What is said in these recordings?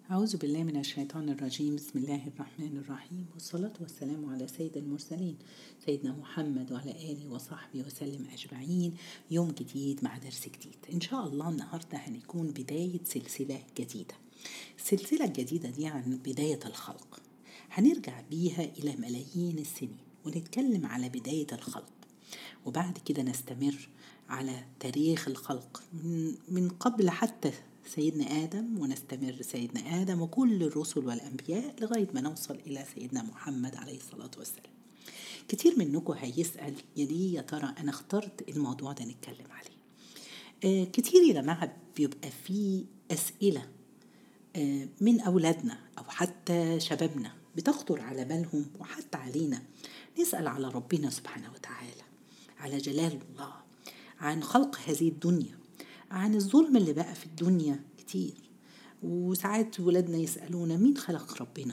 أعوذ بالله من الشيطان الرجيم. بسم الله الرحمن الرحيم، والصلاة والسلام على سيد المرسلين سيدنا محمد وعلى آله وصحبه وسلم أجمعين. يوم جديد مع درس جديد إن شاء الله. النهاردة هنكون بداية سلسلة جديدة. السلسلة الجديدة دي عن بداية الخلق، هنرجع بيها إلى ملايين السنين ونتكلم على بداية الخلق، وبعد كده نستمر على تاريخ الخلق من قبل حتى سيدنا آدم، ونستمر سيدنا آدم وكل الرسل والأنبياء لغاية ما نوصل إلى سيدنا محمد عليه الصلاة والسلام. كتير منكم هيسأل يا ترى أنا اخترت الموضوع ده نتكلم عليه. كتير يا جماعة بيبقى فيه أسئلة من أولادنا أو حتى شبابنا بتخطر على بالهم وحتى علينا. نسأل على ربنا سبحانه وتعالى، على جلال الله، عن خلق هذه الدنيا، عن الظلم اللي بقى في الدنيا كتير. وساعات ولادنا يسألونا مين خلق ربنا،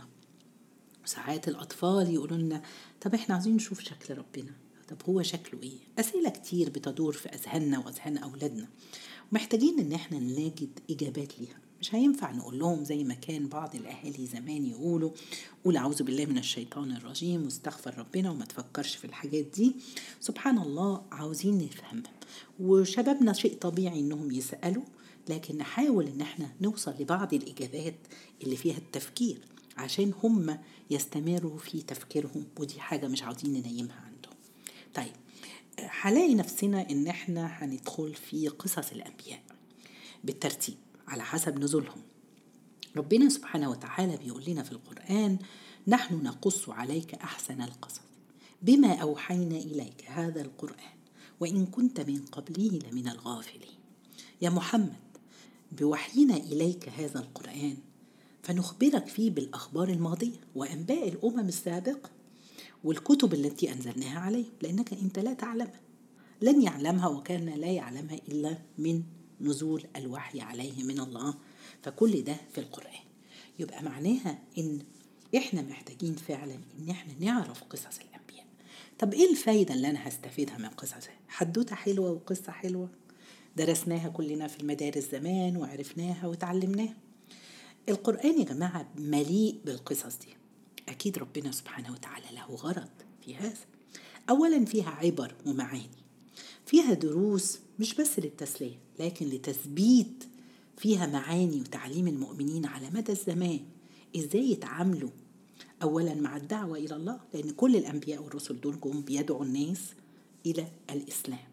وساعات الأطفال يقولوا لنا طب احنا عايزين نشوف شكل ربنا، طب هو شكله ايه. أسئلة كتير بتدور في أذهاننا وأذهان أولادنا، ومحتاجين ان احنا نلاقي إجابات ليها. مش هينفع نقول لهم زي ما كان بعض الأهالي زمان يقولوا قول أعوذ بالله من الشيطان الرجيم واستغفر ربنا وما تفكرش في الحاجات دي. سبحان الله، عاوزين نفهمها، وشبابنا شيء طبيعي انهم يسألوا، لكن نحاول ان احنا نوصل لبعض الإجابات اللي فيها التفكير عشان هم يستمروا في تفكيرهم، ودي حاجة مش عاوزين ننيمها عندهم. طيب، هنلاقي نفسنا ان احنا هندخل في قصص الأنبياء بالترتيب على حسب نزولهم. ربنا سبحانه وتعالى بيقول لنا في القرآن نحن نقص عليك أحسن القصص بما أوحينا إليك هذا القرآن وإن كنت من قبله لمن الغافلين. يا محمد، بوحينا إليك هذا القرآن فنخبرك فيه بالأخبار الماضية وأنباء الأمم السابقة والكتب التي أنزلناها عليه، لأنك أنت لا تعلمها، لن يعلمها، وكان لا يعلمها إلا من نزول الوحي عليه من الله. فكل ده في القرآن. يبقى معناها إن إحنا محتاجين فعلا إن إحنا نعرف قصص الأنبياء. طب إيه الفايدة اللي أنا هستفيدها من قصصها؟ حدوتة حلوة وقصة حلوة درسناها كلنا في المدارس زمان وعرفناها وتعلمناها. القرآن يا جماعة مليء بالقصص دي. أكيد ربنا سبحانه وتعالى له غرض في هذا. أولا فيها عبر ومعاني، فيها دروس مش بس للتسلية لكن لتثبيت، فيها معاني وتعليم المؤمنين على مدى الزمان إزاي يتعاملوا أولا مع الدعوة إلى الله، لأن كل الأنبياء والرسل دول جم بيدعوا الناس إلى الإسلام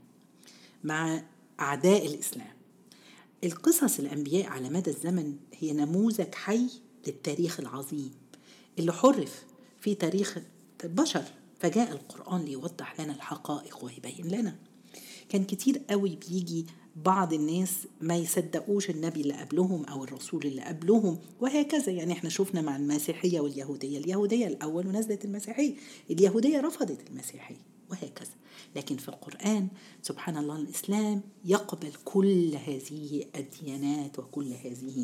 مع أعداء الإسلام. القصص الأنبياء على مدى الزمن هي نموذج حي للتاريخ العظيم اللي حرف في تاريخ البشر، فجاء القرآن ليوضح لنا الحقائق ويبين لنا. كان كتير قوي بيجي بعض الناس ما يصدقوش النبي اللي قبلهم أو الرسول اللي قبلهم وهكذا. يعني احنا شفنا مع المسيحية واليهودية، اليهودية الأول ونزلت المسيحية، اليهودية رفضت المسيحية وهكذا. لكن في القرآن سبحان الله الإسلام يقبل كل هذه الديانات وكل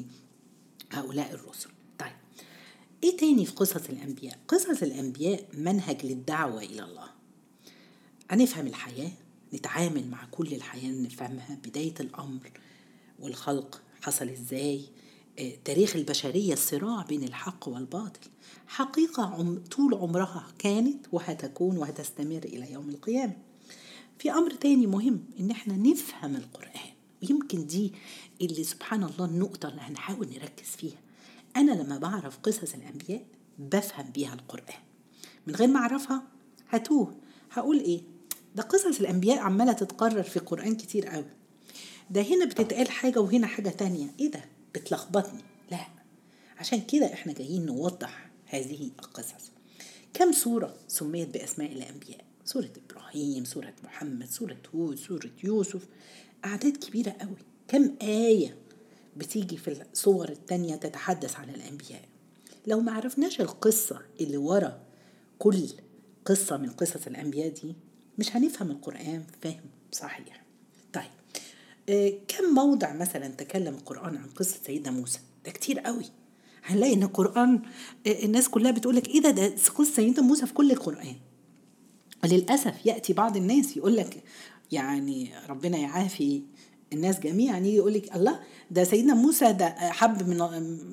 هؤلاء الرسل. طيب، ايه تاني في قصص الأنبياء؟ قصص الأنبياء منهج للدعوة إلى الله. هنفهم الحياة، نتعامل مع كل الحياة، نفهمها بداية الأمر والخلق حصل إزاي، تاريخ البشرية، الصراع بين الحق والباطل، حقيقة طول عمرها كانت وهتكون وهتستمر إلى يوم القيامة. في أمر تاني مهم إن احنا نفهم القرآن، ويمكن دي اللي سبحان الله النقطة اللي هنحاول نركز فيها. أنا لما بعرف قصص الأنبياء بفهم بيها القرآن، من غير ما أعرفها هتوه، هقول إيه ده قصص الأنبياء عمالة تتقرر في القرآن كتير قوي، ده هنا بتتقال حاجة وهنا حاجة تانية، إيه ده بتلخبطني. لا، عشان كده إحنا جايين نوضح هذه القصص. كم سورة سميت بأسماء الأنبياء؟ سورة إبراهيم، سورة محمد، سورة هود، سورة يوسف، أعداد كبيرة قوي. كم آية بتيجي في الصور التانية تتحدث عن الأنبياء؟ لو ما عرفناش القصة اللي ورا كل قصة من قصص الأنبياء دي مش هنفهم القرآن فهم صحيح. طيب، كم موضع مثلا تكلم القرآن عن قصة سيدنا موسى؟ ده كتير قوي. هنلاقي ان القرآن الناس كلها بتقولك ايه ده قصة سيدنا موسى في كل القرآن. وللأسف يأتي بعض الناس يقولك، يعني ربنا يعافي الناس جميعا، يقولك الله ده سيدنا موسى ده حب من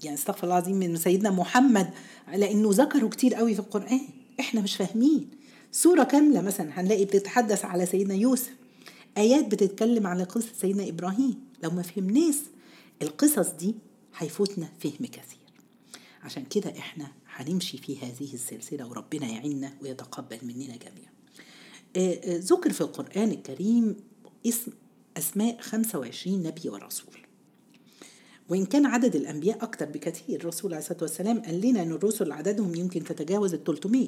يعني استغفر الله العظيم من سيدنا محمد، لأنه ذكروا كتير قوي في القرآن إحنا مش فاهمين. سورة كاملة مثلا هنلاقي بتتحدث على سيدنا يوسف، آيات بتتكلم على قصة سيدنا إبراهيم. لو ما فهمناش القصص دي هيفوتنا فهم كثير. عشان كده إحنا هنمشي في هذه السلسلة، وربنا يعيننا ويتقبل مننا جميعا. ذكر في القرآن الكريم أسماء 25 نبي ورسول، وإن كان عدد الأنبياء أكتر بكثير. الرسول عليه الصلاة والسلام قال لنا أن الرسل عددهم يمكن تتجاوز 300،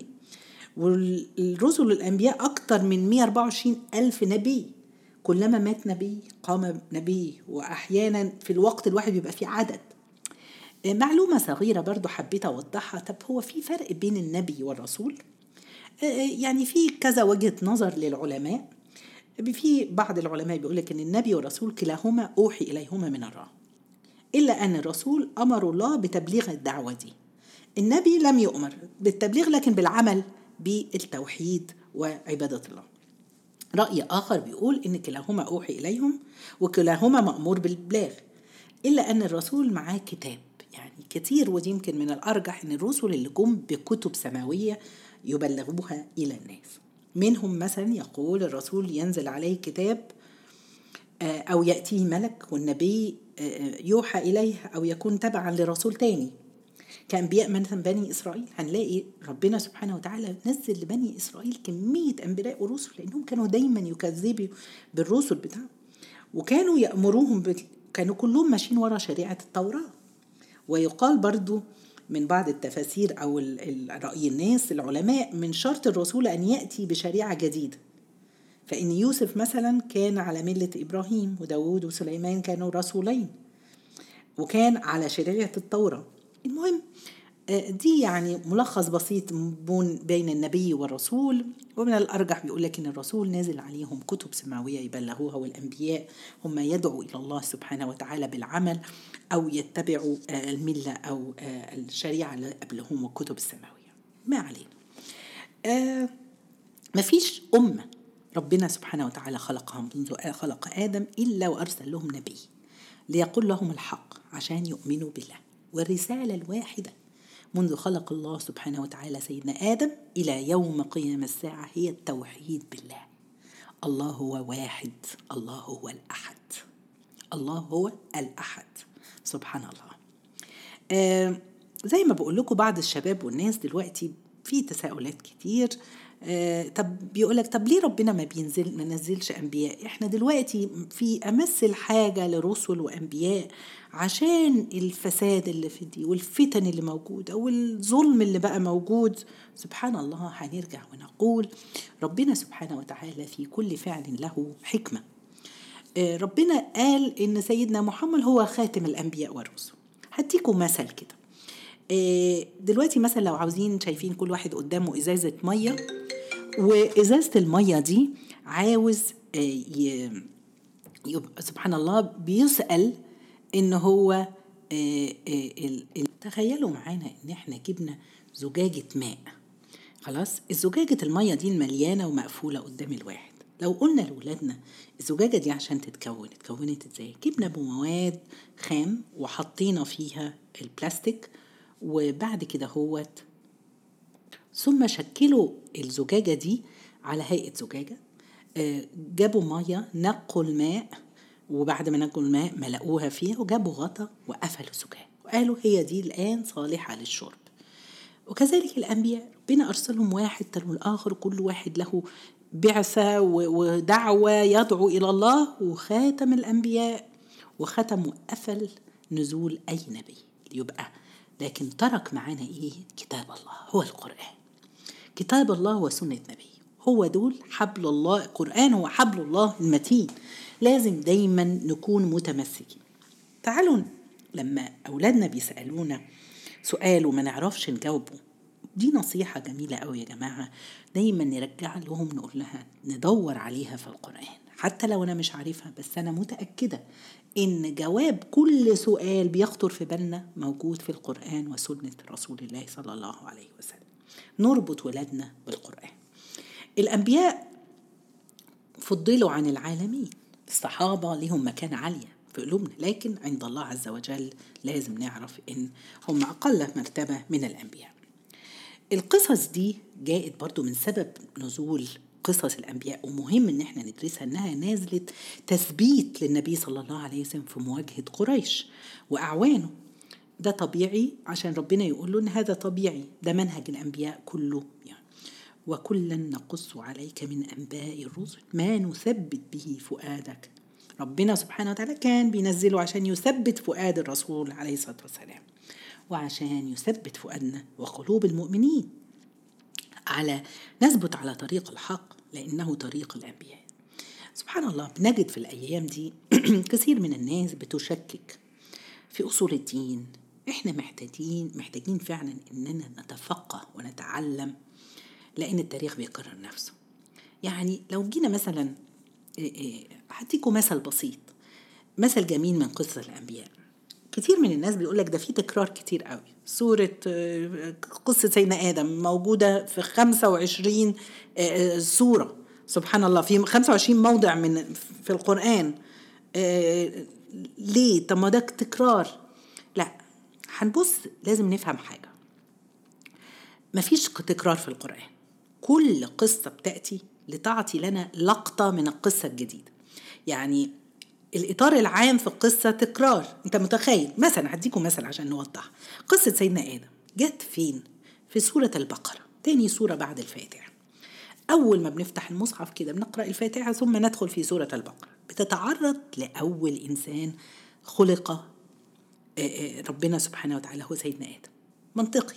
والرسل الأنبياء أكتر من 124 ألف نبي. كلما مات نبي قام نبي، وأحيانا في الوقت الواحد بيبقى فيه عدد. معلومة صغيرة برضو حبيت أوضحها. طب هو في فرق بين النبي والرسول؟ يعني في كذا وجهة نظر للعلماء. في بعض العلماء بيقولك أن النبي والرسول كلاهما أوحي إليهما من الله، إلا أن الرسول أمر الله بتبليغ الدعوة دي. النبي لم يؤمر بالتبليغ، لكن بالعمل بالتوحيد وعبادة الله. رأي آخر بيقول إن كلاهما أوحي إليهم وكلاهما مأمور بالبلاغ، إلا أن الرسول معاه كتاب. يعني كتير، ودي يمكن من الأرجح أن الرسل اللي جم بكتب سماوية يبلغوها إلى الناس. منهم مثلا يقول الرسول ينزل عليه كتاب، أو يأتيه ملك والنبي يوحى إليه، أو يكون تبعا لرسول تاني. كأنبياء مثلا بني إسرائيل، هنلاقي ربنا سبحانه وتعالى نزل لبني إسرائيل كمية أنبياء ورسل، لأنهم كانوا دايما يكذبوا بالرسل بتاعهم، وكانوا يأمروهم كانوا كلهم ماشيين ورا شريعة التوراة. ويقال برضو من بعض التفاسير أو رأي الناس العلماء، من شرط الرسول أن يأتي بشريعة جديدة. فإن يوسف مثلا كان على ملة إبراهيم، وداود وسليمان كانوا رسولين، وكان على شريعة التوراة. المهم دي يعني ملخص بسيط بين النبي والرسول. ومن الأرجح بيقول لك إن الرسول نازل عليهم كتب سماوية يبلغوها، والأنبياء هم يدعوا إلى الله سبحانه وتعالى بالعمل، أو يتبعوا الملة أو الشريعة اللي قبلهم والكتب السماوية. ما علينا. مفيش أمة ربنا سبحانه وتعالى خلقها منذ خلق آدم إلا وأرسل لهم نبي ليقول لهم الحق عشان يؤمنوا بالله. والرسالة الواحدة منذ خلق الله سبحانه وتعالى سيدنا آدم إلى يوم قيام الساعة هي التوحيد بالله. الله هو واحد، الله هو الأحد، الله هو الأحد، سبحان الله. زي ما بقول لكم بعض الشباب والناس دلوقتي في تساؤلات كتير. طب بيقولك طب ليه ربنا ما نزلش أنبياء؟ احنا دلوقتي في أمس الحاجة لرسل وأنبياء عشان الفساد اللي في دي والفتن اللي موجودة والظلم اللي بقى موجود. سبحان الله، هنرجع ونقول ربنا سبحانه وتعالى في كل فعل له حكمة. ربنا قال إن سيدنا محمد هو خاتم الأنبياء والرسل. هديكم مثل كده. دلوقتي مثلا لو عاوزين، شايفين كل واحد قدامه إزازة مية، وإزازة المية دي عاوز يبقى سبحان الله بيسأل إن هو تخيلوا معانا إن إحنا جبنا زجاجة ماء. خلاص، الزجاجة المية دي المليانة ومقفولة قدام الواحد. لو قلنا لأولادنا الزجاجة دي عشان اتكونت ازاي؟ جبنا بمواد خام وحطينا فيها البلاستيك، وبعد كده هوت ثم شكلوا الزجاجة دي على هيئة زجاجة. جابوا مية، نقوا الماء، وبعد ما نقوا الماء ملأوها فيها وجابوا غطا وقفلوا الزجاجة وقالوا هي دي الآن صالحة للشرب. وكذلك الأنبياء ربنا أرسلهم واحد تلو الآخر، كل واحد له بعثة ودعوة يدعو إلى الله، وخاتم الأنبياء وختم وقفل نزول أي نبي يبقى. لكن ترك معانا إيه؟ كتاب الله هو القرآن، كتاب الله وسنة نبي، هو دول حبل الله. القرآن هو حبل الله المتين، لازم دايما نكون متمسكين. تعالوا لما أولادنا بيسألونا سؤال وما نعرفش نجاوبه، دي نصيحة جميلة قوي يا جماعة، دايما نرجع لهم نقول لها ندور عليها في القرآن. حتى لو أنا مش عارفها، بس أنا متأكدة إن جواب كل سؤال بيخطر في بالنا موجود في القرآن وسنة رسول الله صلى الله عليه وسلم. نربط ولادنا بالقرآن. الأنبياء فضلوا عن العالمين، الصحابة لهم مكانة عالية في قلوبنا، لكن عند الله عز وجل لازم نعرف إن هم أقل مرتبة من الأنبياء. القصص دي جاءت برضو من سبب نزول قصص الأنبياء، ومهم إن احنا ندرسها إنها نازلت تثبيت للنبي صلى الله عليه وسلم في مواجهة قريش وأعوانه. ده طبيعي عشان ربنا يقول له إن هذا طبيعي، ده منهج الأنبياء كله يعني. وكلا نقص عليك من أنباء الرسل ما نثبت به فؤادك. ربنا سبحانه وتعالى كان بينزله عشان يثبت فؤاد الرسول عليه الصلاة والسلام، وعشان يثبت فؤادنا وقلوب المؤمنين على نثبت على طريق الحق، لأنه طريق الأنبياء. سبحان الله، بنجد في الأيام دي كثير من الناس بتشكك في أصول الدين. إحنا محتاجين فعلا إننا نتفقه ونتعلم، لأن التاريخ بيكرر نفسه. يعني لو جينا مثلا هديكم مثل بسيط، مثل جميل من قصة الأنبياء. كتير من الناس بيقولك ده فيه تكرار كتير قوي. سورة قصة سيدنا آدم موجودة في 25 سورة، سبحان الله، في 25 موضع في القرآن. ليه؟ طب ما ده تكرار. لا، هنبص لازم نفهم حاجة. مفيش تكرار في القرآن. كل قصة بتأتي لتعطي لنا لقطة من القصة الجديدة. يعني الإطار العام في القصة تكرار. أنت متخيل؟ مثلا هديكم مثل عشان نوضح. قصة سيدنا آدم جت فين؟ في سورة البقرة، تاني سورة بعد الفاتحة. أول ما بنفتح المصحف كده بنقرأ الفاتحة ثم ندخل في سورة البقرة، بتتعرض لأول إنسان خلق ربنا سبحانه وتعالى، هو سيدنا آدم. منطقي.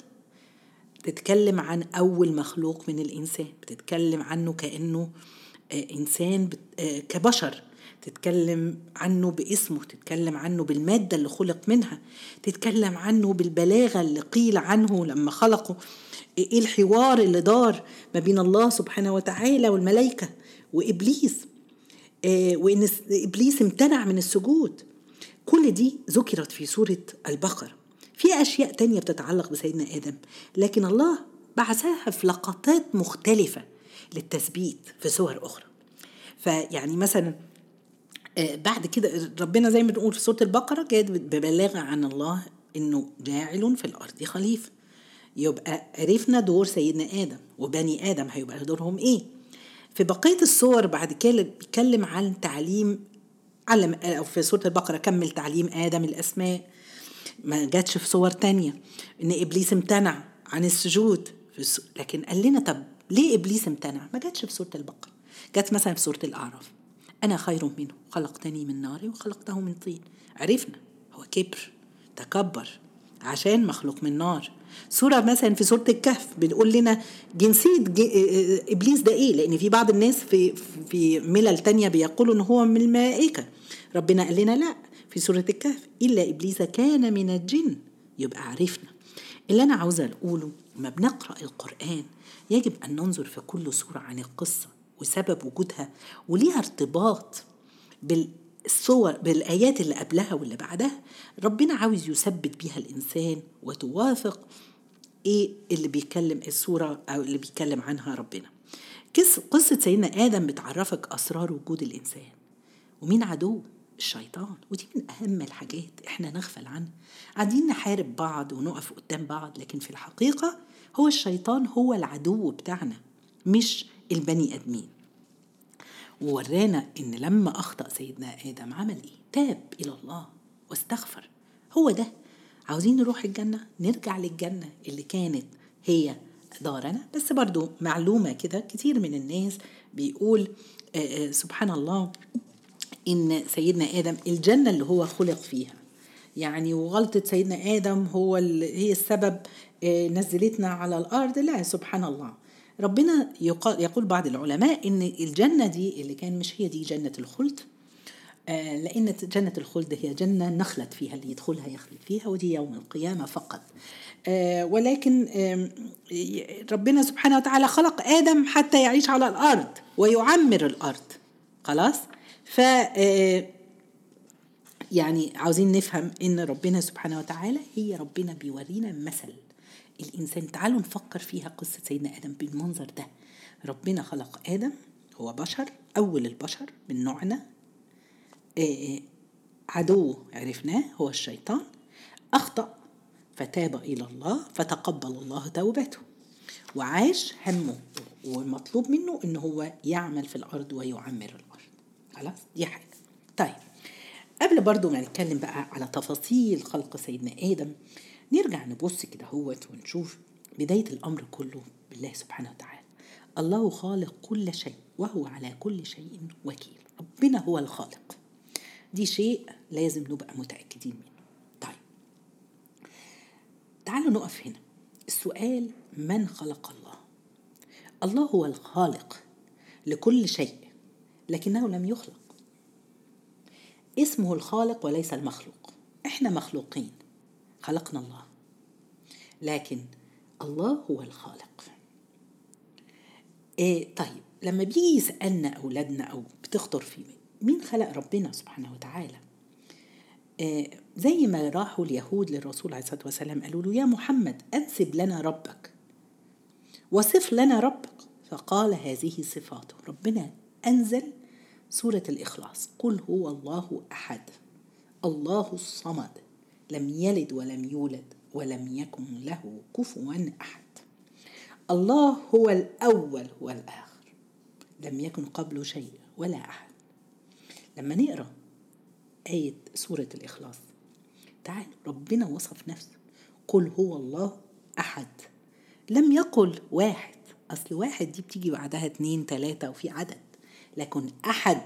بتتكلم عن أول مخلوق من الإنسان، بتتكلم عنه كأنه إنسان كبشر، تتكلم عنه باسمه، تتكلم عنه بالمادة اللي خلق منها، تتكلم عنه بالبلاغة اللي قيل عنه لما خلقه، إيه الحوار اللي دار ما بين الله سبحانه وتعالى والملائكة وإبليس، وإن إبليس امتنع من السجود. كل دي ذكرت في سورة البقرة. في أشياء تانية بتتعلق بسيدنا آدم، لكن الله بعثها في لقطات مختلفة للتثبيت في سور أخرى. فيعني مثلا بعد كده ربنا زي ما بنقول في سورة البقرة جاءت ببلاغة عن الله إنه جاعل في الأرض خليفة. يبقى عرفنا دور سيدنا آدم وبني آدم هيبقى دورهم إيه. في بقية السور بعد كده بيتكلم عن تعليم، أو في سورة البقرة كمل تعليم آدم الأسماء. ما جاتش في صور تانية إن إبليس امتنع عن السجود لكن قال لنا طب ليه إبليس امتنع؟ ما جاتش في سورة البقرة. جات مثلا في سورة الأعراف، أنا خير منه خلقتني من نار وخلقته من طين. عرفنا هو كبر، تكبر عشان مخلوق من نار. سورة مثلا في سورة الكهف بنقول لنا جنسية إبليس ده إيه، لأن في بعض الناس في ملل تانية بيقولوا إن هو من الملائكة. ربنا قال لنا لا في سورة الكهف إلا إبليس كان من الجن. يبقى عرفنا. اللي أنا عاوزة أقوله، ما بنقرأ القرآن يجب أن ننظر في كل سورة عن القصة وسبب وجودها، وليها ارتباط بالصور بالآيات اللي قبلها واللي بعدها. ربنا عاوز يثبت بيها الإنسان وتوافق إيه اللي بيتكلم السورة أو اللي بيتكلم عنها ربنا. قصة سيدنا آدم بتعرفك أسرار وجود الإنسان ومين عدو، الشيطان. ودي من أهم الحاجات إحنا نغفل عنها. قاعدين نحارب بعض ونقف قدام بعض، لكن في الحقيقة هو الشيطان هو العدو بتاعنا مش البني آدمين. وورانا إن لما أخطأ سيدنا آدم عمل إيه؟ تاب إلى الله واستغفر. هو ده. عاوزين نروح الجنة، نرجع للجنة اللي كانت هي دارنا. بس برضو معلومة كده، كتير من الناس بيقول سبحان الله إن سيدنا آدم الجنة اللي هو خلق فيها يعني، وغلطة سيدنا آدم هي السبب نزلتنا على الأرض. لا، سبحان الله. ربنا يقول بعض العلماء إن الجنة دي اللي كان مش هي دي جنة الخلد، لأن جنة الخلد هي جنة نخلد فيها، اللي يدخلها يخلد فيها، ودي يوم القيامة فقط. ولكن ربنا سبحانه وتعالى خلق آدم حتى يعيش على الأرض ويعمر الأرض. خلاص. يعني عاوزين نفهم إن ربنا سبحانه وتعالى هي ربنا بيورينا مثل الإنسان. تعالوا نفكر فيها قصة سيدنا آدم بالمنظر ده. ربنا خلق آدم، هو بشر، أول البشر من نوعنا، عدو عرفناه هو الشيطان، أخطأ فتاب إلى الله فتقبل الله توبته وعاش همه، ومطلوب منه إنه هو يعمل في الأرض ويعمر الأرض. خلاص دي حاجة. طيب قبل برضو ما نتكلم بقى على تفاصيل خلق سيدنا آدم، نرجع نبص كده ونشوف بداية الأمر كله بالله سبحانه وتعالى. الله خالق كل شيء وهو على كل شيء وكيل. ربنا هو الخالق، دي شيء لازم نبقى متأكدين منه. طيب تعالوا نقف هنا. السؤال: من خلق الله؟ الله هو الخالق لكل شيء لكنه لم يخلق. اسمه الخالق وليس المخلوق. احنا مخلوقين، خلقنا الله، لكن الله هو الخالق. طيب لما بيجي يسألنا أولادنا أو بتخطر في مين خلق ربنا سبحانه وتعالى، زي ما راحوا اليهود للرسول عليه الصلاة والسلام قالوا له: يا محمد أنسب لنا ربك وصف لنا ربك. فقال: هذه صفاته. ربنا أنزل سورة الإخلاص: قل هو الله أحد الله الصمد لم يلد ولم يولد ولم يكن له كفوا أحد. الله هو الأول والآخر لم يكن قبله شيء ولا أحد. لما نقرأ آية سورة الإخلاص تعالوا ربنا وصف نفسه: قل هو الله أحد. لم يقل واحد، أصل واحد دي بتيجي بعدها 2 3 وفي عدد، لكن أحد.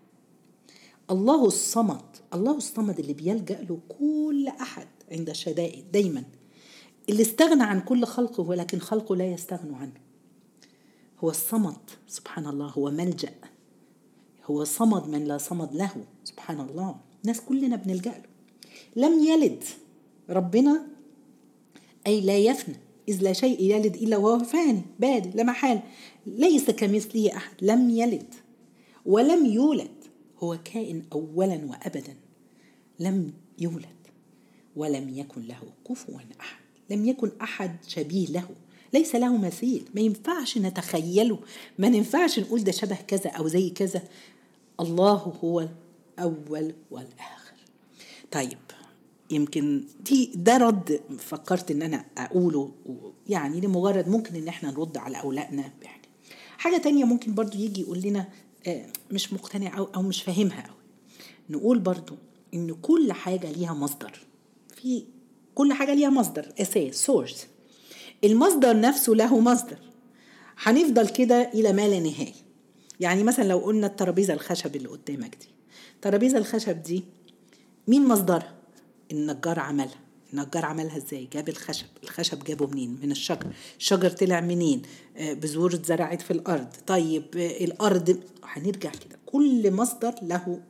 الله الصمد. الله الصمد اللي بيلجأ له كل أحد عند الشدائد دايما، اللي استغنى عن كل خلقه ولكن خلقه لا يستغنوا عنه. هو الصمد سبحان الله، هو ملجأ، هو صمد من لا صمد له سبحان الله. ناس كلنا بنلجأ له. لم يلد ربنا أي لا يفنى، إذ لا شيء يلد إلا وهو فاني بادئ لا محال، ليس كمثله أحد. لم يلد ولم يولد، هو كائن أولا وأبدا، لم يولد ولم يكن له كفوا أحد. لم يكن أحد شبيه له، ليس له مثيل، ما ينفعش نتخيله، ما ينفعش نقول ده شبه كذا أو زي كذا. الله هو الأول والآخر. طيب يمكن ده رد فكرت ان انا اقوله، يعني لمجرد ممكن ان احنا نرد على اولادنا يعني. حاجة تانية ممكن برضو يجي يقول لنا مش مقتنع او مش فاهمها قوي، نقول برضو ان كل حاجة ليها مصدر، في كل حاجة ليها مصدر اساس سورس، المصدر نفسه له مصدر، هنفضل كده الى ما لا نهاية. يعني مثلا لو قلنا الترابيزة الخشب اللي قدامك دي، الترابيزة الخشب دي مين مصدرها؟ النجار عملها. النجار عملها ازاي؟ جاب الخشب جابه منين؟ من الشجر طلع منين؟ بذور اتزرعت في الارض. طيب الارض، هنرجع كده، كل مصدر له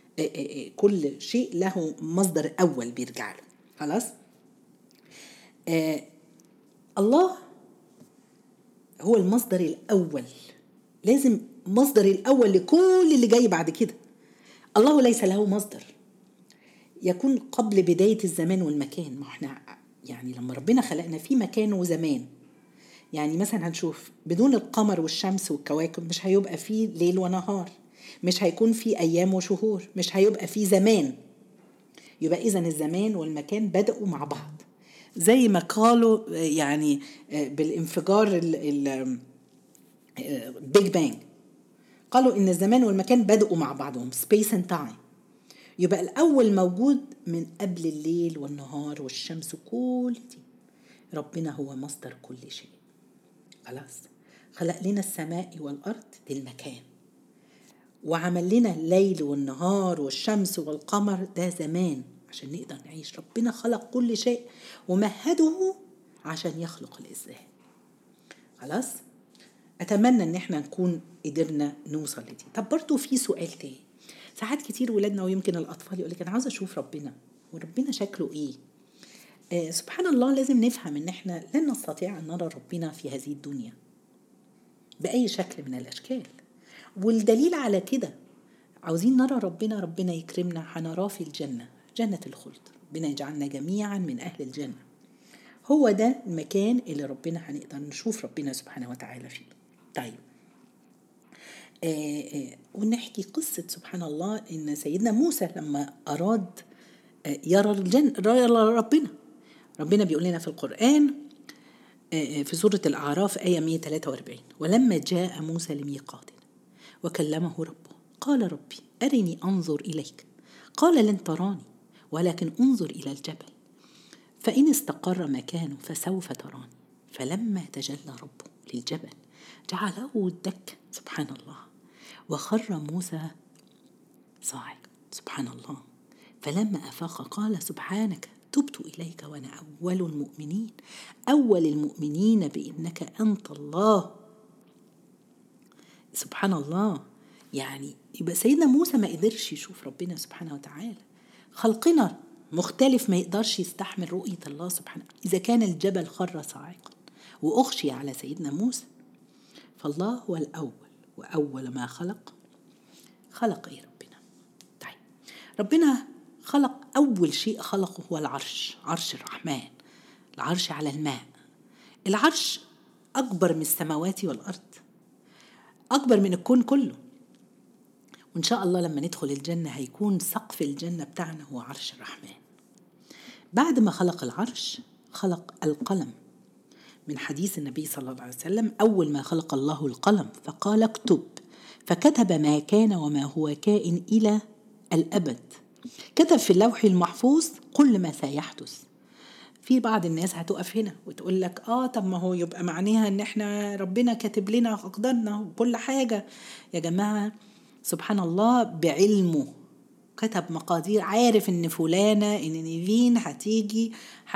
كل شيء له مصدر اول بيرجع له. خلاص. الله هو المصدر الاول، لازم مصدر الاول لكل اللي جاي بعد كده. الله ليس له مصدر يكون قبل بداية الزمان والمكان. ما احنا يعني لما ربنا خلقنا في مكان وزمان، يعني مثلا هنشوف بدون القمر والشمس والكواكب مش هيبقى فيه ليل ونهار، مش هيكون فيه أيام وشهور، مش هيبقى فيه زمان. يبقى إذن الزمان والمكان بدأوا مع بعض، زي ما قالوا يعني بالانفجار البيج بانج، قالوا إن الزمان والمكان بدأوا مع بعضهم space and time. يبقى الأول موجود من قبل الليل والنهار والشمس وكل دي. ربنا هو مصدر كل شيء. خلاص. خلق لنا السماء والأرض دي المكان، وعمل لنا الليل والنهار والشمس والقمر ده زمان عشان نقدر نعيش. ربنا خلق كل شيء ومهده عشان يخلق الإنسان. خلاص. أتمنى إن احنا نكون قدرنا نوصل لدي. طب برضو في سؤال تاني، ساعات كتير ولادنا ويمكن الأطفال يقول لك أنا عاوز أشوف ربنا، وربنا شكله إيه؟ سبحان الله، لازم نفهم إن إحنا لن نستطيع أن نرى ربنا في هذه الدنيا بأي شكل من الأشكال. والدليل على كده عاوزين نرى ربنا، ربنا يكرمنا هنراه في الجنة، جنة الخلد. ربنا يجعلنا جميعا من أهل الجنة. هو ده المكان اللي ربنا هنقدر نشوف ربنا سبحانه وتعالى فيه. طيب ونحكي قصة سبحان الله إن سيدنا موسى لما أراد يرى الجنة، يرى ربنا بيقول لنا في القرآن في سورة الأعراف آية 143: ولما جاء موسى لميقاتنا وكلمه ربه قال ربي أرني أنظر إليك قال لن تراني ولكن انظر إلى الجبل فإن استقر مكانه فسوف تراني فلما تجلى ربه للجبل جعله دكا سبحان الله وخر موسى صاعقا سبحان الله فلما أفاق قال سبحانك تبت إليك وأنا أول المؤمنين بإنك أنت الله. سبحان الله. يعني يبقى سيدنا موسى ما قدرش يشوف ربنا سبحانه وتعالى. خلقنا مختلف ما يقدرش يستحمل رؤية الله سبحانه. إذا كان الجبل خر صاعقا وأخشي على سيدنا موسى، فالله هو الأول، وأول ما خلق إيه ربنا؟ طيب ربنا خلق أول شيء خلقه هو العرش، عرش الرحمن، العرش على الماء. العرش أكبر من السماوات والأرض، أكبر من الكون كله. وإن شاء الله لما ندخل الجنة هيكون سقف الجنة بتاعنا هو عرش الرحمن. بعد ما خلق العرش خلق القلم، من حديث النبي صلى الله عليه وسلم: أول ما خلق الله القلم فقال اكتب، فكتب ما كان وما هو كائن إلى الأبد. كتب في اللوح المحفوظ كل ما سيحدث. في بعض الناس هتقف هنا وتقول لك طب ما هو يبقى معناها ان احنا ربنا كاتب لنا أقدارنا وكل حاجة. يا جماعة سبحان الله بعلمه كتب مقادير، عارف ان فلانة ان نيفين هتيجي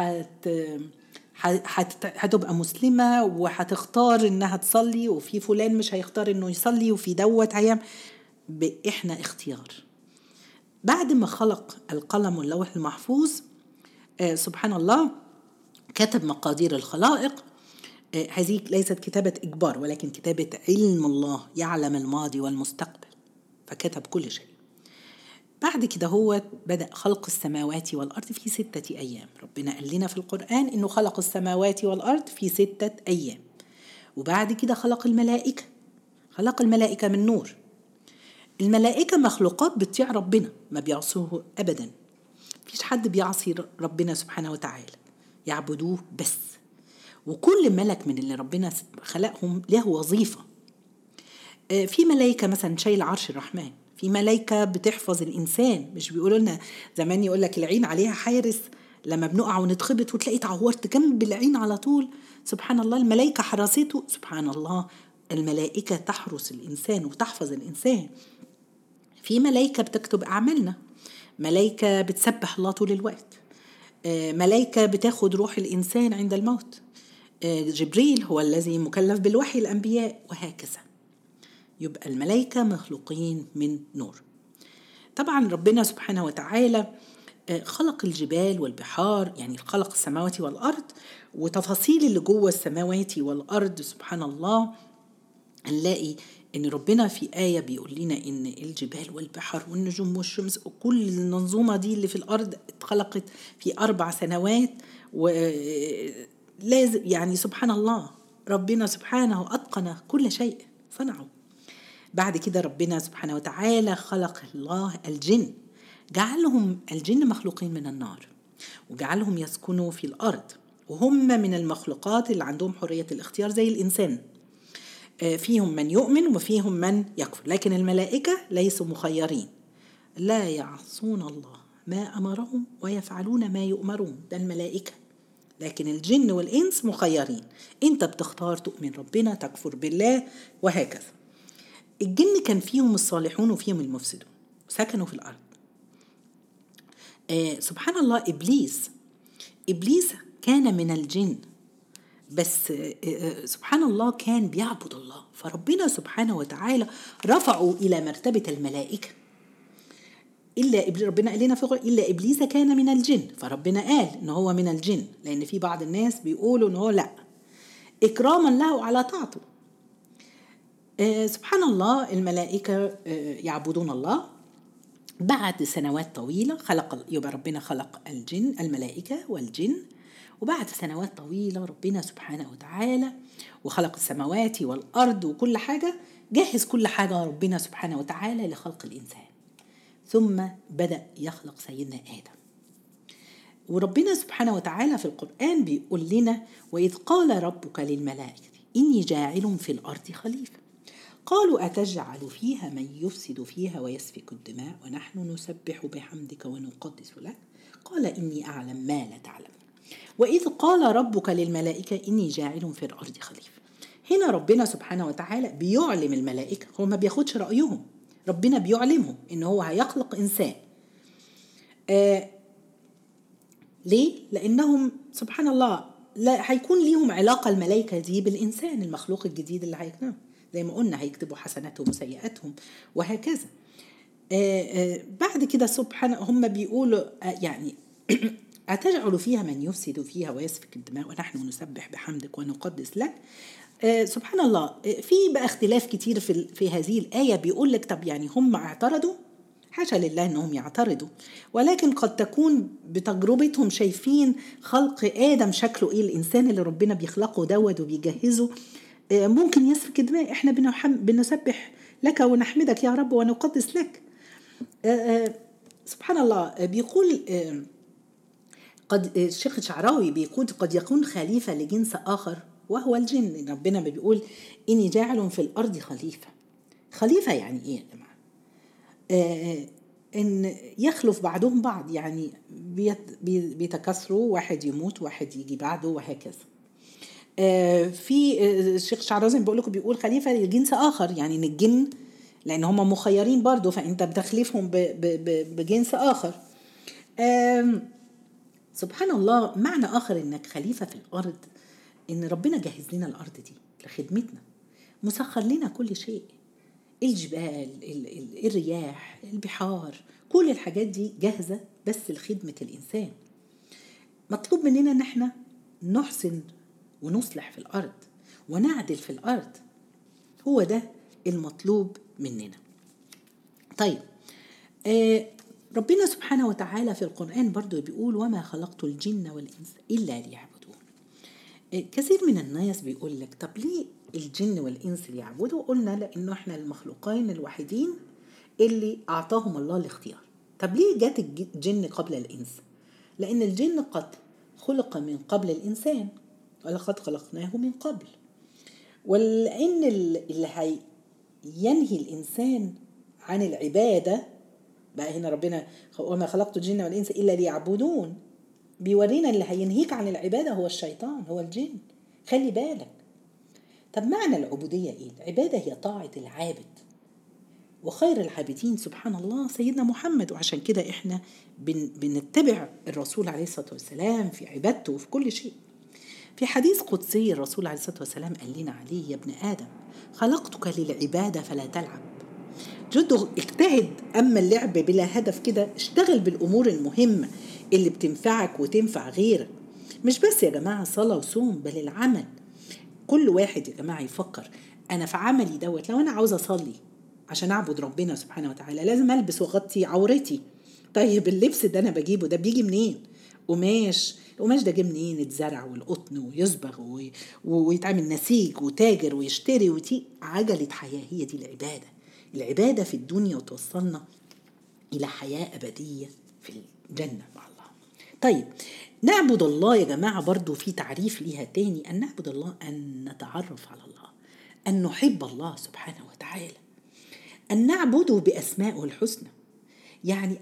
هتبقى مسلمة وهتختار انها تصلي، وفي فلان مش هيختار انه يصلي، وفي دوت هيعمل. احنا اختيار. بعد ما خلق القلم واللوح المحفوظ سبحان الله كتب مقادير الخلائق. هذه ليست كتابة إجبار ولكن كتابة علم الله، يعلم الماضي والمستقبل، فكتب كل شيء. بعد كده هو بدأ خلق السماوات والأرض في 6 أيام. ربنا قال لنا في القرآن إنه خلق السماوات والأرض في 6 أيام. وبعد كده خلق الملائكة، خلق الملائكة من نور. الملائكة مخلوقات بتطيع ربنا، ما بيعصوه أبدا. مفيش حد بيعصي ربنا سبحانه وتعالى، يعبدوه بس. وكل ملك من اللي ربنا خلقهم له وظيفة. في ملائكة مثلا شايل عرش الرحمن، في ملائكة بتحفظ الإنسان. مش بيقولوا لنا زمان يقول لك العين عليها حارس، لما بنقع ونتخبط وتلاقي اتعورت جنب العين على طول. سبحان الله الملائكة حراسته. سبحان الله الملائكة تحرس الإنسان وتحفظ الإنسان. في ملائكة بتكتب أعمالنا، ملائكة بتسبح الله طول الوقت، ملائكة بتاخد روح الإنسان عند الموت. جبريل هو الذي مكلف بالوحي الأنبياء، وهكذا. يبقى الملائكة مخلوقين من نور. طبعا ربنا سبحانه وتعالى خلق الجبال والبحار، يعني خلق السماوات والأرض، وتفاصيل اللي جوه السماوات والأرض سبحان الله هنلاقي إن ربنا في آية بيقول لنا إن الجبال والبحر والنجوم والشمس وكل المنظومة دي اللي في الأرض اتخلقت في 4 سنوات. ولازم يعني سبحان الله ربنا سبحانه أتقن كل شيء صنعه. بعد كده ربنا سبحانه وتعالى خلق الله الجن، جعلهم الجن مخلوقين من النار وجعلهم يسكنوا في الأرض، وهم من المخلوقات اللي عندهم حرية الاختيار زي الإنسان. فيهم من يؤمن وفيهم من يكفر، لكن الملائكة ليسوا مخيرين، لا يعصون الله ما أمرهم ويفعلون ما يؤمرون، ده الملائكة. لكن الجن والإنس مخيرين، انت بتختار تؤمن ربنا تكفر بالله وهكذا. الجن كان فيهم الصالحون وفيهم المفسدون، سكنوا في الأرض. سبحان الله إبليس كان من الجن، بس سبحان الله كان بيعبد الله، فربنا سبحانه وتعالى رفعوا إلى مرتبة الملائكة. ربنا قال لنا في القرآن إلا إبليس كان من الجن، فربنا قال إنه هو من الجن، لأن في بعض الناس بيقولوا إنه لا، إكراما له على طاعته. سبحان الله الملائكة يعبدون الله. بعد سنوات طويلة يبقى ربنا خلق الملائكة والجن، وبعد سنوات طويلة ربنا سبحانه وتعالى وخلق السماوات والأرض وكل حاجة، جهز كل حاجة ربنا سبحانه وتعالى لخلق الإنسان، ثم بدأ يخلق سيدنا آدم. وربنا سبحانه وتعالى في القرآن بيقول لنا: وإذ قال ربك للملائكة إني جاعل في الأرض خليفة قالوا أتجعل فيها من يفسد فيها ويسفك الدماء ونحن نسبح بحمدك ونقدس لك قال إني أعلم ما لا تعلم. وإذ قال ربك للملائكة إني جاعل في الأرض خليفة. هنا ربنا سبحانه وتعالى بيعلم الملائكة، هو ما بياخدش رأيهم، ربنا بيعلمهم إن هو هيخلق إنسان. ليه؟ لأنهم سبحان الله لا هيكون ليهم علاقة الملائكة دي بالإنسان المخلوق الجديد اللي هيكتبه، زي ما قلنا هيكتبوا حسناتهم وسيئاتهم وهكذا. بعد كده سبحان هم بيقولوا يعني أتجعل فيها من يفسد فيها ويسفك الدماء ونحن نسبح بحمدك ونقدس لك. سبحان الله في بقى اختلاف كتير في هذه الآية. بيقول لك طب يعني هم اعترضوا؟ حاشا لله انهم يعترضوا، ولكن قد تكون بتجربتهم شايفين خلق آدم شكله ايه، الإنسان اللي ربنا بيخلقه دوت وبيجهزه ممكن يسفك الدماء. احنا بنسبح لك ونحمدك يا رب ونقدس لك. سبحان الله بيقول قد الشيخ الشعراوي بيقول قد يكون خليفة لجنس آخر وهو الجن. ربنا بيقول إني جاعل في الأرض خليفة. خليفة يعني إيه يا جماعة؟ إن يخلف بعضهم بعض، يعني بيتكاثروا، واحد يموت واحد يجي بعده وهكذا. في الشيخ الشعراوي بيقول لكم بيقول خليفة لجنس آخر، يعني إن الجن لأن هم مخيرين برضو فأنت بتخليفهم بجنس آخر. سبحان الله معنى آخر إنك خليفة في الأرض إن ربنا جهز لنا الأرض دي لخدمتنا، مسخر لنا كل شيء، الجبال، الرياح، البحار، كل الحاجات دي جاهزة بس لخدمة الإنسان. مطلوب مننا إن احنا نحسن ونصلح في الأرض ونعدل في الأرض، هو ده المطلوب مننا. طيب ربنا سبحانه وتعالى في القرآن برضو بيقول وما خلقت الجن والإنس إلا ليعبدون. كثير من الناس بيقول لك طب ليه الجن والإنس ليعبدوا؟ قلنا لأنه احنا المخلوقين الوحيدين اللي أعطاهم الله الاختيار. طب ليه جات الجن قبل الإنس؟ لأن الجن قد خلق من قبل الإنسان ولقد خلقناه من قبل، ولأن اللي ينهي الإنسان عن العبادة بقى هنا ربنا وما خلقت الجن والإنس إلا ليعبدون، بيورينا اللي هينهيك عن العبادة هو الشيطان، هو الجن، خلي بالك. طب معنى العبودية إيه؟ العبادة هي طاعة العابد، وخير العابدين سبحان الله سيدنا محمد، وعشان كده إحنا بنتبع الرسول عليه الصلاة والسلام في عبادته وفي كل شيء. في حديث قدسي الرسول عليه الصلاة والسلام قال لنا عليه: يا ابن آدم خلقتك للعبادة فلا تلعب. جد اجتهد، أما اللعب بلا هدف كده اشتغل بالأمور المهمة اللي بتنفعك وتنفع غيرك. مش بس يا جماعة صلاة وصوم، بل العمل. كل واحد يا جماعة يفكر أنا في عملي دوت، لو أنا عاوز أصلي عشان أعبد ربنا سبحانه وتعالى لازم ألبس وأغطي عورتي. طيب اللبس ده أنا بجيبه ده بيجي منين؟ القماش ده جه منين؟ اتزرع والقطن ويصبغ ويتعمل نسيج وتاجر ويشتري عجلة حياة. هي دي العبادة في الدنيا وتوصلنا إلى حياة أبدية في الجنة مع الله. طيب نعبد الله يا جماعة برضو في تعريف ليها تاني: أن نعبد الله أن نتعرف على الله، أن نحب الله سبحانه وتعالى، أن نعبده بأسمائه الحسنى. يعني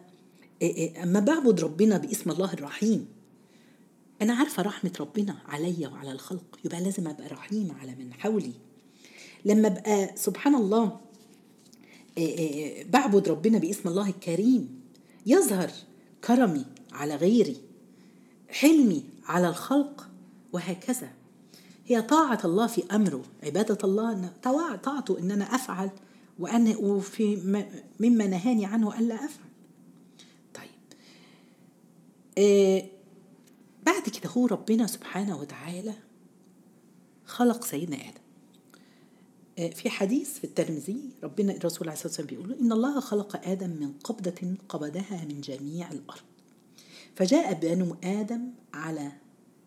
أما بعبد ربنا باسم الله الرحيم، أنا عارفة رحمة ربنا علي وعلى الخلق، يبقى لازم أبقى رحيم على من حولي. لما أبقى سبحان الله بعبد ربنا باسم الله الكريم، يظهر كرمي على غيري، حلمي على الخلق، وهكذا. هي طاعة الله في أمره، عبادة الله طاعته إن أنا أفعل وفي مما نهاني عنه ألا أفعل. طيب بعد كده هو ربنا سبحانه وتعالى خلق سيدنا آدم. في حديث في الترمذي ربنا الرسول عليه الصلاة والسلام بيقول إن الله خلق آدم من قبضة قبضها من جميع الأرض، فجاء بنو آدم على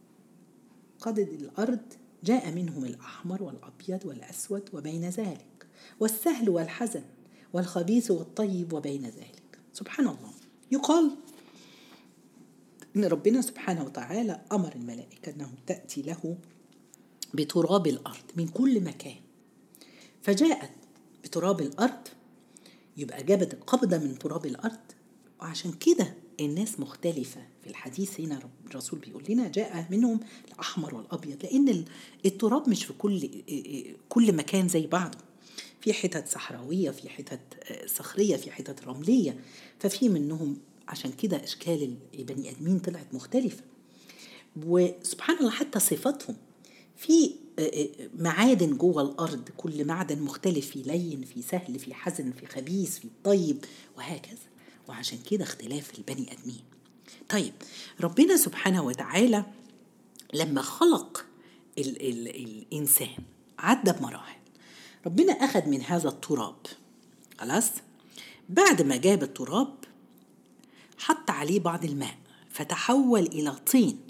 قدد الأرض، جاء منهم الأحمر والأبيض والأسود وبين ذلك، والسهل والحزن والخبيث والطيب وبين ذلك. سبحان الله. يقال إن ربنا سبحانه وتعالى أمر الملائكة أنه تأتي له بتراب الأرض من كل مكان، فجاءت بتراب الأرض، يبقى جابت القبضة من تراب الأرض. وعشان كده الناس مختلفة في الحديث. هنا الرسول بيقول لنا جاء منهم الأحمر والأبيض، لأن التراب مش في كل مكان زي بعضه، في حتت صحراوية، في حتت صخرية، في حتت رملية، ففي منهم. عشان كده أشكال البني آدمين طلعت مختلفة. وسبحان الله حتى صفاتهم، في معادن جوه الأرض، كل معدن مختلف، في لين، في سهل، في حزن، في خبيث، في طيب، وهكذا. وعشان كده اختلاف البني آدمين. طيب ربنا سبحانه وتعالى لما خلق الإنسان عدى بمراحل. ربنا أخذ من هذا التراب، خلاص، بعد ما جاب التراب حط عليه بعض الماء فتحول إلى طين.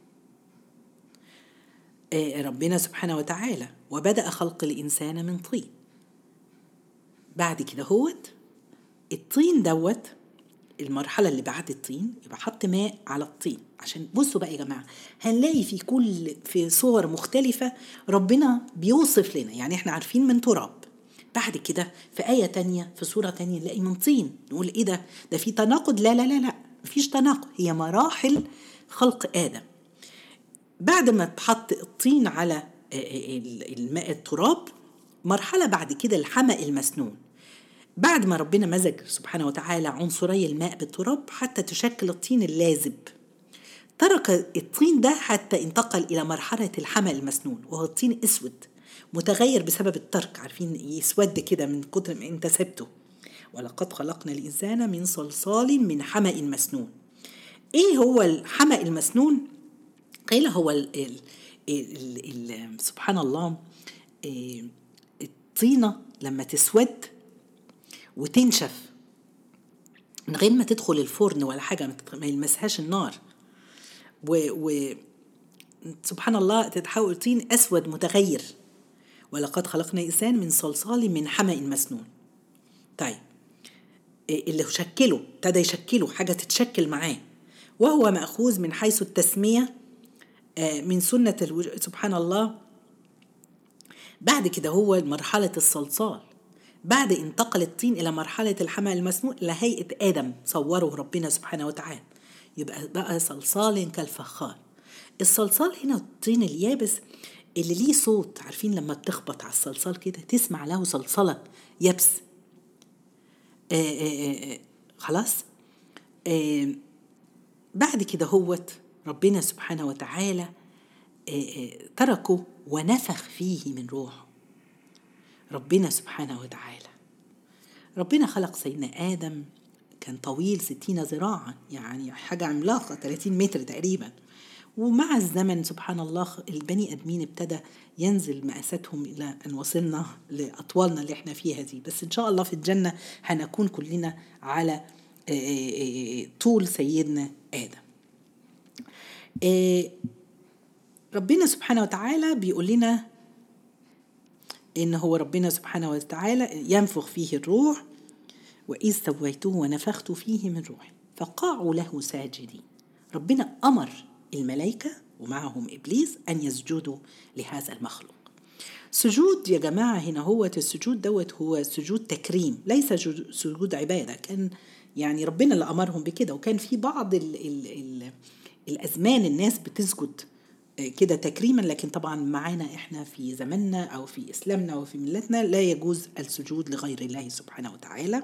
ربنا سبحانه وتعالى وبدأ خلق الإنسان من طين. بعد كده الطين المرحلة اللي بعد الطين يبقى حط ماء على الطين. عشان بصوا بقى يا جماعة، هنلاقي في صور مختلفة ربنا بيوصف لنا. يعني احنا عارفين من تراب، بعد كده في آية تانية في صورة تانية نلاقي من طين. نقول ايه ده في تناقض؟ لا لا لا لا، مفيش تناقض، هي مراحل خلق آدم. بعد ما تحط الطين على الماء التراب، مرحلة بعد كده الحمأ المسنون. بعد ما ربنا مزج سبحانه وتعالى عنصري الماء بالتراب حتى تشكل الطين اللازب، ترك الطين ده حتى انتقل إلى مرحلة الحمأ المسنون، وهو الطين أسود متغير بسبب الترك. عارفين يسود كده من كتر ما انت سبته. ولقد خلقنا الإنسان من صلصال من حمأ مسنون. ايه هو الحمأ المسنون؟ قيل هو سبحان الله، الطينة لما تسود وتنشف من غير ما تدخل الفرن ولا حاجة، ما يلمسهاش النار، سبحان الله تتحول طين أسود متغير. ولقد خلقنا الإنسان من صلصال من حمأ مسنون. طيب اللي ابتدى يشكله حاجة تتشكل معاه، وهو مأخوذ من حيث التسمية من سنة سبحان الله. بعد كده هو مرحلة الصلصال، بعد انتقل الطين إلى مرحلة الحمأ المسنون إلى هيئة آدم صوره ربنا سبحانه وتعالى، يبقى بقى صلصال كالفخار. الصلصال هنا الطين اليابس اللي ليه صوت. عارفين لما بتخبط على الصلصال كده تسمع له صلصلة يبس. خلاص. بعد كده ربنا سبحانه وتعالى تركه ونفخ فيه من روحه. ربنا سبحانه وتعالى ربنا خلق سيدنا آدم، كان طويل 60 ذراعا، يعني حاجة عملاقة 30 متر تقريبا. ومع الزمن سبحان الله البني أدمين ابتدى ينزل مقاساتهم إلى أن وصلنا لأطوالنا اللي احنا فيها دي. بس إن شاء الله في الجنة هنكون كلنا على طول سيدنا آدم. ربنا سبحانه وتعالى بيقول لنا إن هو ربنا سبحانه وتعالى ينفخ فيه الروح، وإذ سويته ونفخت فيه من روحي فقعوا له ساجدين. ربنا أمر الملائكة ومعهم إبليس أن يسجدوا لهذا المخلوق. سجود يا جماعة هنا السجود هو سجود تكريم، ليس سجود عبادة. كان يعني ربنا اللي أمرهم بكده. وكان في بعض الأزمان الناس بتسجد كده تكريما، لكن طبعا معانا إحنا في زمننا أو في إسلامنا وفي ملتنا لا يجوز السجود لغير الله سبحانه وتعالى.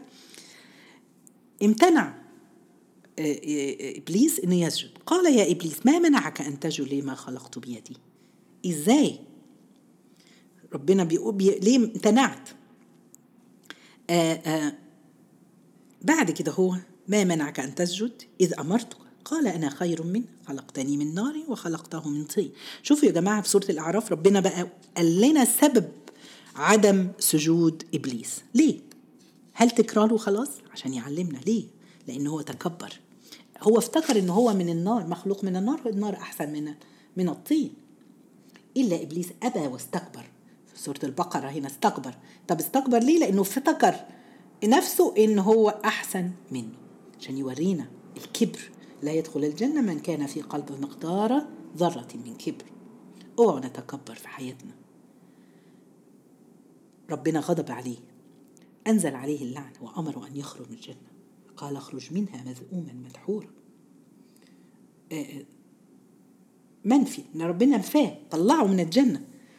امتنع إبليس إنه يسجد. قال يا إبليس ما منعك أن تسجد لما خلقت بيدي؟ إزاي ربنا بيقول ليه امتنعت؟ بعد كده ما منعك أن تسجد إذ أمرتك؟ قال أنا خير منه خلقتني من نار وخلقته من طين. شوفوا يا جماعة في سورة الأعراف ربنا بقى قال لنا سبب عدم سجود إبليس ليه. هل تكراره خلاص عشان يعلمنا ليه؟ لأنه هو تكبر، هو افتكر إنه هو من النار، مخلوق من النار، والنار أحسن من الطين. إلا إبليس أبى واستكبر سورة البقرة هنا استكبر. طب استكبر ليه؟ لأنه افتكر نفسه إن هو أحسن منه، عشان يورينا الكبر. لا يدخل الجنة من كان في قلبه مقدار ذرة من كبر. اوعوا نتكبر في حياتنا. ربنا غضب عليه، أنزل عليه اللعن وأمره أن يخرج من الجنة. قال اخرج منها مذءوما مدحورا. منفي، ان ربنا نفاه، طلعه من الجنة.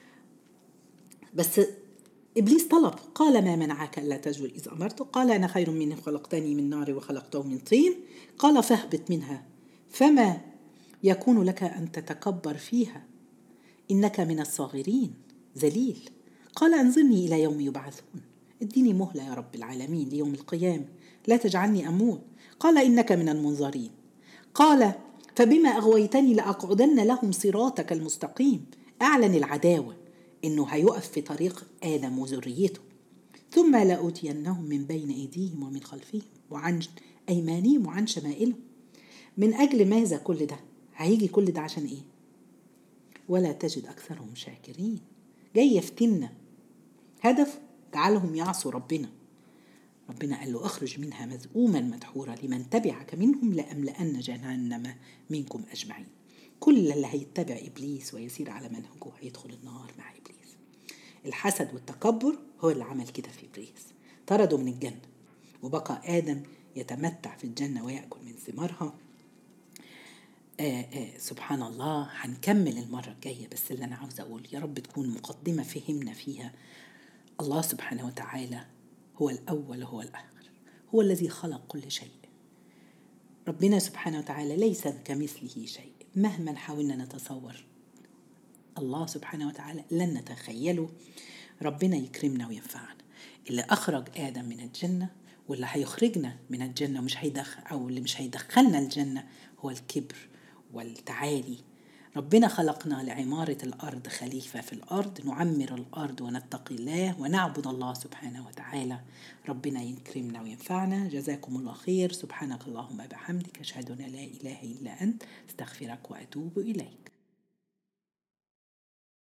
بس إبليس طلب، قال ما منعك ألا تسجد إذ أمرتك؟ قال أنا خير منه، خلقتني من نار وخلقته من طين. قال فاهبط منها فما يكون لك أن تتكبر فيها، إنك من الصاغرين ذليل. قال أنظرني إلى يوم يبعثون، اديني مهلة يا رب العالمين ليوم القيامة، لا تجعلني أموت. قال إنك من المنظرين. قال فبما أغويتني لأقعدن لهم صراطك المستقيم. أعلن العداوة، إنه هيقف في طريق آدم وذريته. ثم لأوتينهم من بين أيديهم ومن خلفهم وعن أيمانهم وعن شمائلهم. من أجل ماذا كل ده؟ هيجي كل ده عشان إيه؟ ولا تجد أكثرهم شاكرين. جاي يفتنا، هدف جعلهم يعصوا ربنا. ربنا قال له اخرج منها مذءوما مدحورا لمن تبعك منهم لأملأن جهنم منكم أجمعين. كل اللي هيتبع إبليس ويسير على منهجه هيدخل النار مع إبليس. الحسد والتكبر هو اللي عمل كده في إبليس، طرده من الجنة، وبقى آدم يتمتع في الجنة ويأكل من ثمارها. سبحان الله. هنكمل المرة الجاية، بس اللي أنا عاوز أقول يا رب تكون مقدمة فهمنا فيها الله سبحانه وتعالى هو الأول وهو الآخر، هو الذي خلق كل شيء. ربنا سبحانه وتعالى ليس كمثله شيء، مهما حاولنا نتصور الله سبحانه وتعالى لن نتخيله. ربنا يكرمنا وينفعنا. اللي أخرج آدم من الجنة واللي هيخرجنا من الجنة مش هيدخل، أو اللي مش هيدخلنا الجنة، هو الكبر والتعالي. ربنا خلقنا لعمارة الأرض، خليفة في الأرض، نعمر الأرض ونتقي الله ونعبد الله سبحانه وتعالى. ربنا يكرمنا وينفعنا. جزاكم الله خير. سبحانك اللهم بحمدك، أشهد أن لا إله إلا أنت، استغفرك وأتوب إليك.